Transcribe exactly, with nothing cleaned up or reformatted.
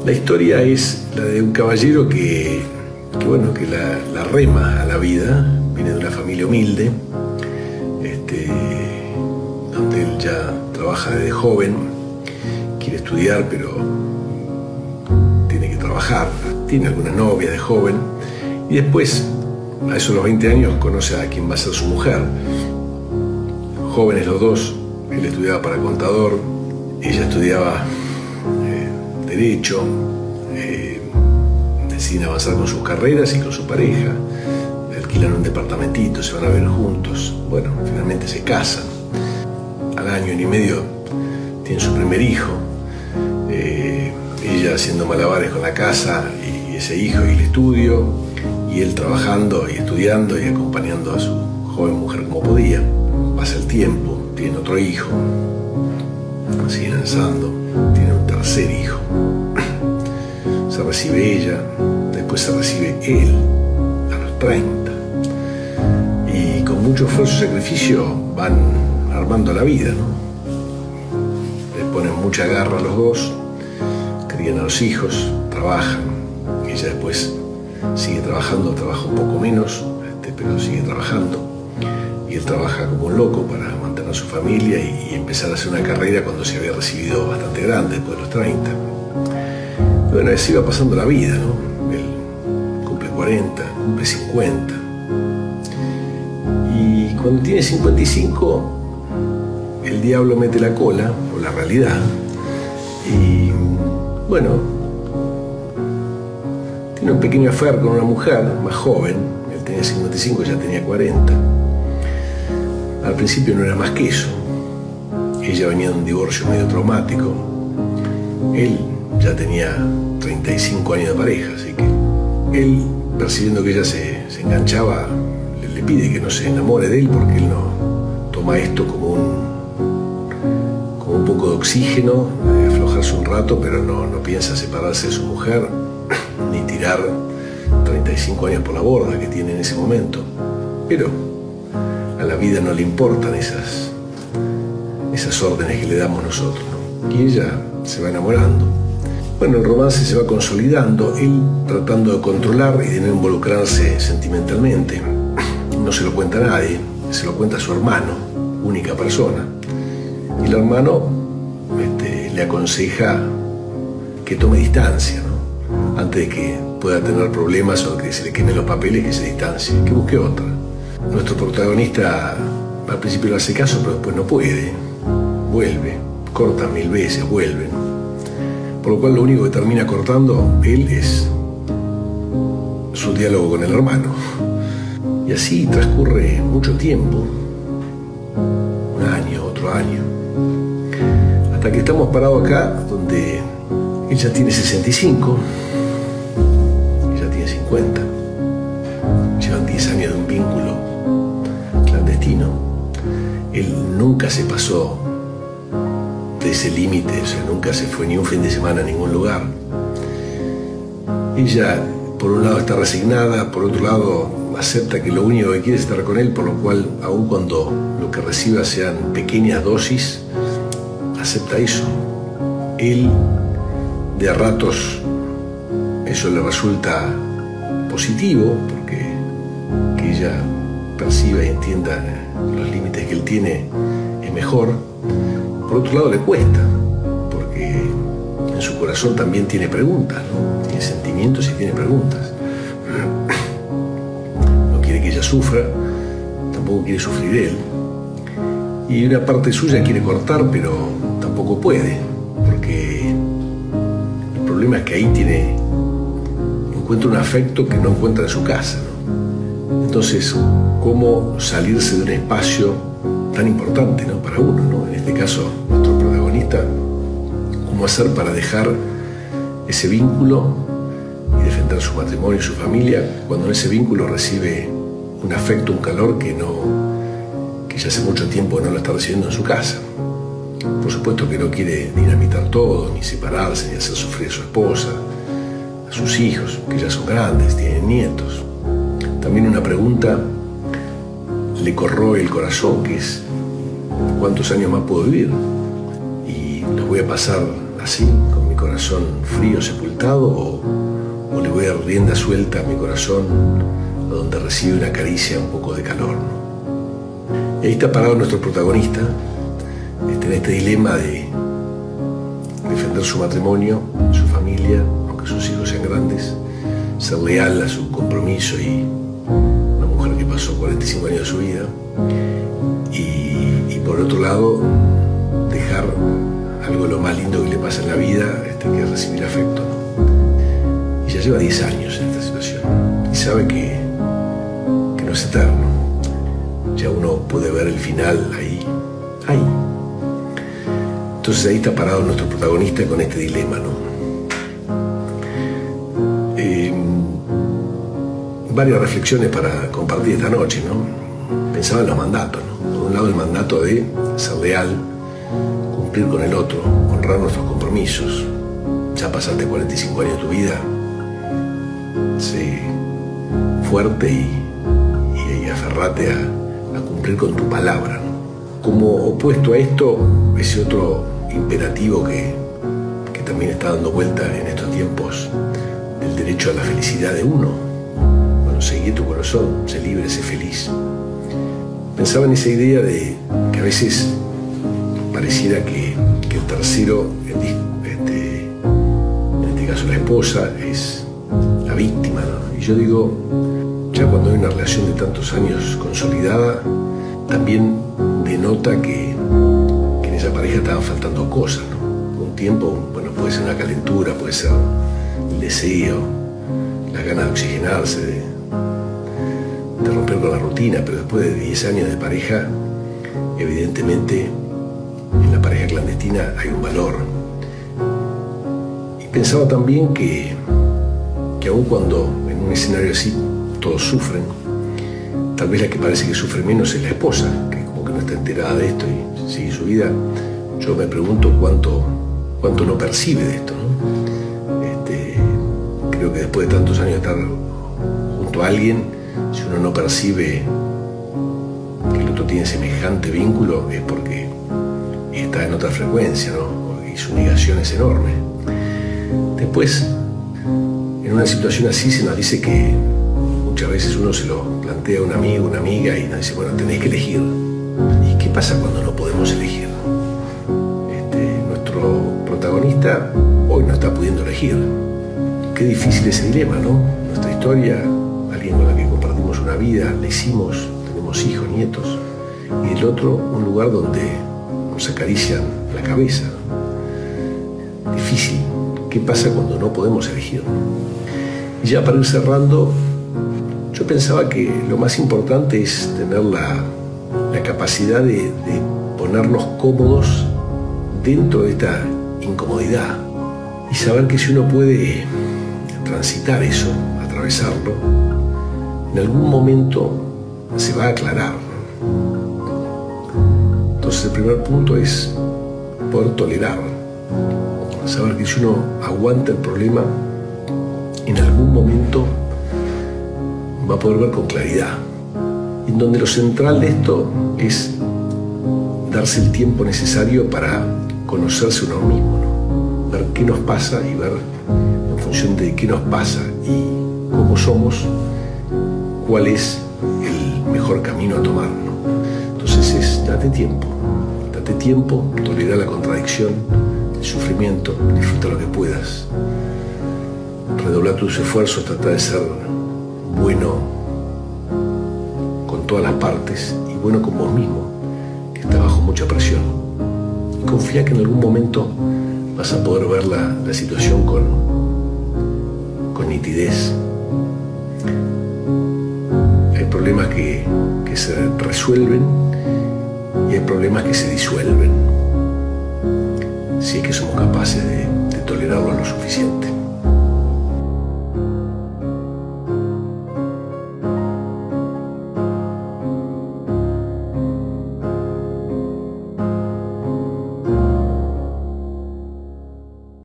La historia es la de un caballero que, que bueno, que la, la rema a la vida, viene de una familia humilde, este, donde él ya trabaja desde joven, quiere estudiar, pero tiene que trabajar, tiene algunas novias de joven, y después, a eso a los veinte años, conoce a quien va a ser su mujer. Jóvenes los dos, él estudiaba para contador, ella estudiaba eh, Derecho, eh, deciden avanzar con sus carreras y con su pareja, alquilan un departamentito, se van a ver juntos, bueno, finalmente se casan. Al año y medio tienen su primer hijo, eh, ella haciendo malabares con la casa y ese hijo y el estudio, y él trabajando y estudiando y acompañando a su joven mujer como podía. Pasa el tiempo, tiene otro hijo, siguen avanzando, tiene un tercer hijo. Se recibe ella, después se recibe él a los treinta. Y con mucho esfuerzo y sacrificio van armando la vida, ¿no? Le ponen mucha garra a los dos, crían a los hijos, trabajan. Ella después sigue trabajando, trabaja un poco menos, este, pero sigue trabajando. Y él trabaja como un loco para mantener a su familia y, y empezar a hacer una carrera cuando se había recibido bastante grande, después de los treinta. Y bueno, así va pasando la vida, ¿no? Él cumple cuarenta, cumple cincuenta. Y cuando tiene cincuenta y cinco, el diablo mete la cola, o la realidad. Y bueno, tiene un pequeño affair con una mujer más joven. Él tenía cincuenta y cinco, ella tenía cuarenta. Al principio no era más que eso. Ella venía de un divorcio medio traumático. Él ya tenía treinta y cinco años de pareja, así que él, percibiendo que ella se, se enganchaba, le, le pide que no se enamore de él porque él no toma esto como un, como un poco de oxígeno, de aflojarse un rato, pero no, no piensa separarse de su mujer ni tirar treinta y cinco años por la borda que tiene en ese momento. Pero a la vida no le importan esas, esas órdenes que le damos nosotros, ¿no? Y ella se va enamorando. Bueno, el romance se va consolidando, él tratando de controlar y de no involucrarse sentimentalmente. No se lo cuenta a nadie, se lo cuenta a su hermano, única persona. Y el hermano este, le aconseja que tome distancia, ¿no? Antes de que pueda tener problemas o que se le quemen los papeles, que se distancie, que busque otra. Nuestro protagonista al principio le hace caso, pero después no puede. Vuelve, corta mil veces, vuelve, ¿no? Por lo cual lo único que termina cortando él es su diálogo con el hermano. Y así transcurre mucho tiempo, un año, otro año, hasta que estamos parados acá, donde él ya tiene sesenta y cinco, ella tiene cincuenta. Llevan diez años de un vínculo clandestino. Él nunca se pasó de ese límite, o sea, nunca se fue ni un fin de semana a ningún lugar. Ella, por un lado, está resignada, por otro lado, acepta que lo único que quiere es estar con él, por lo cual, aun cuando lo que reciba sean pequeñas dosis, acepta eso. Él, de a ratos, eso le resulta positivo, porque que ella perciba y entienda los límites que él tiene es mejor. Por otro lado le cuesta, porque en su corazón también tiene preguntas, ¿no? Tiene sentimientos y tiene preguntas. No quiere que ella sufra, tampoco quiere sufrir él. Y una parte suya quiere cortar, pero tampoco puede, porque el problema es que ahí tiene, encuentra un afecto que no encuentra en su casa, ¿no? Entonces, ¿cómo salirse de un espacio tan importante, ¿no? Para uno, ¿no? En este caso, nuestro protagonista, ¿cómo hacer para dejar ese vínculo y defender su matrimonio y su familia cuando en ese vínculo recibe un afecto, un calor que no, que ya hace mucho tiempo no lo está recibiendo en su casa? Por supuesto que no quiere dinamitar todo, ni separarse, ni hacer sufrir a su esposa, a sus hijos, que ya son grandes, tienen nietos. También una pregunta le corroe el corazón, que es ¿cuántos años más puedo vivir? Y los voy a pasar así, con mi corazón frío, sepultado, o, o le voy a dar rienda suelta a mi corazón, a donde recibe una caricia, un poco de calor, ¿no? Y ahí está parado nuestro protagonista, este, en este dilema de defender su matrimonio, su familia, aunque sus hijos sean grandes, ser leal a su compromiso y una mujer que pasó cuarenta y cinco años de su vida, y, y por otro lado dejar algo de lo más lindo que le pasa en la vida, este, que es recibir afecto, ¿no? Y ya lleva diez años en esta situación y sabe que, que no es eterno. Ya uno puede ver el final ahí, ahí. Entonces ahí está parado nuestro protagonista con este dilema, ¿no? Eh, varias reflexiones para compartir esta noche, ¿no? Pensaba en los mandatos, ¿no? Por un lado el mandato de ser leal, cumplir con el otro, honrar nuestros compromisos. Ya pasaste cuarenta y cinco años de tu vida, sé fuerte y, y, y aferrate a, a cumplir con tu palabra, ¿no? Como opuesto a esto, ese otro imperativo que, que también está dando vuelta en estos tiempos, del derecho a la felicidad de uno. Bueno, seguí tu corazón, sé libre, sé feliz. Pensaba en esa idea de que a veces pareciera que, que el tercero, este, en este caso la esposa, es la víctima, ¿no? Y yo digo, ya cuando hay una relación de tantos años consolidada, también denota que, que en esa pareja estaban faltando cosas, ¿no? Un tiempo, bueno, puede ser una calentura, puede ser el deseo, las ganas de oxigenarse, de, de romper con la rutina, pero después de diez años de pareja, evidentemente en la pareja clandestina hay un valor. Y pensaba también que, que aun cuando en un escenario así todos sufren, tal vez la que parece que sufre menos es la esposa, que como que no está enterada de esto y sigue su vida. Yo me pregunto cuánto, cuánto no percibe de esto, ¿no? Este, creo que después de tantos años de estar junto a alguien, si uno no percibe que el otro tiene semejante vínculo, es porque está en otra frecuencia, ¿no? Y su negación es enorme. Después, en una situación así se nos dice que muchas veces uno se lo plantea a un amigo, una amiga, y nos dice, bueno, tenéis que elegir. ¿Y qué pasa cuando no podemos elegir? Este, nuestro protagonista hoy no está pudiendo elegir. Qué difícil ese dilema, ¿no? Nuestra historia, alguien con la que compartimos una vida, le hicimos, tenemos hijos, nietos, y el otro, un lugar donde nos acarician la cabeza. Difícil. ¿Qué pasa cuando no podemos elegir? Y ya para ir cerrando, yo pensaba que lo más importante es tener la, la capacidad de, de ponernos cómodos dentro de esta incomodidad y saber que si uno puede transitar eso, atravesarlo, en algún momento se va a aclarar. Entonces el primer punto es poder tolerar, saber que si uno aguanta el problema, en algún momento va a poder ver con claridad, en donde lo central de esto es darse el tiempo necesario para conocerse uno mismo, ¿no? Ver qué nos pasa y ver en función de qué nos pasa y cómo somos, cuál es el mejor camino a tomar, ¿no? Entonces es, date tiempo, date tiempo, tolera la contradicción, el sufrimiento, disfruta lo que puedas, redobla tus esfuerzos, trata de ser bueno con todas las partes y bueno con vos mismo, que está bajo mucha presión. Y confía que en algún momento vas a poder ver la, la situación con, con nitidez. Hay problemas que, que se resuelven y hay problemas que se disuelven, si es que somos capaces de, de tolerarlo lo suficiente.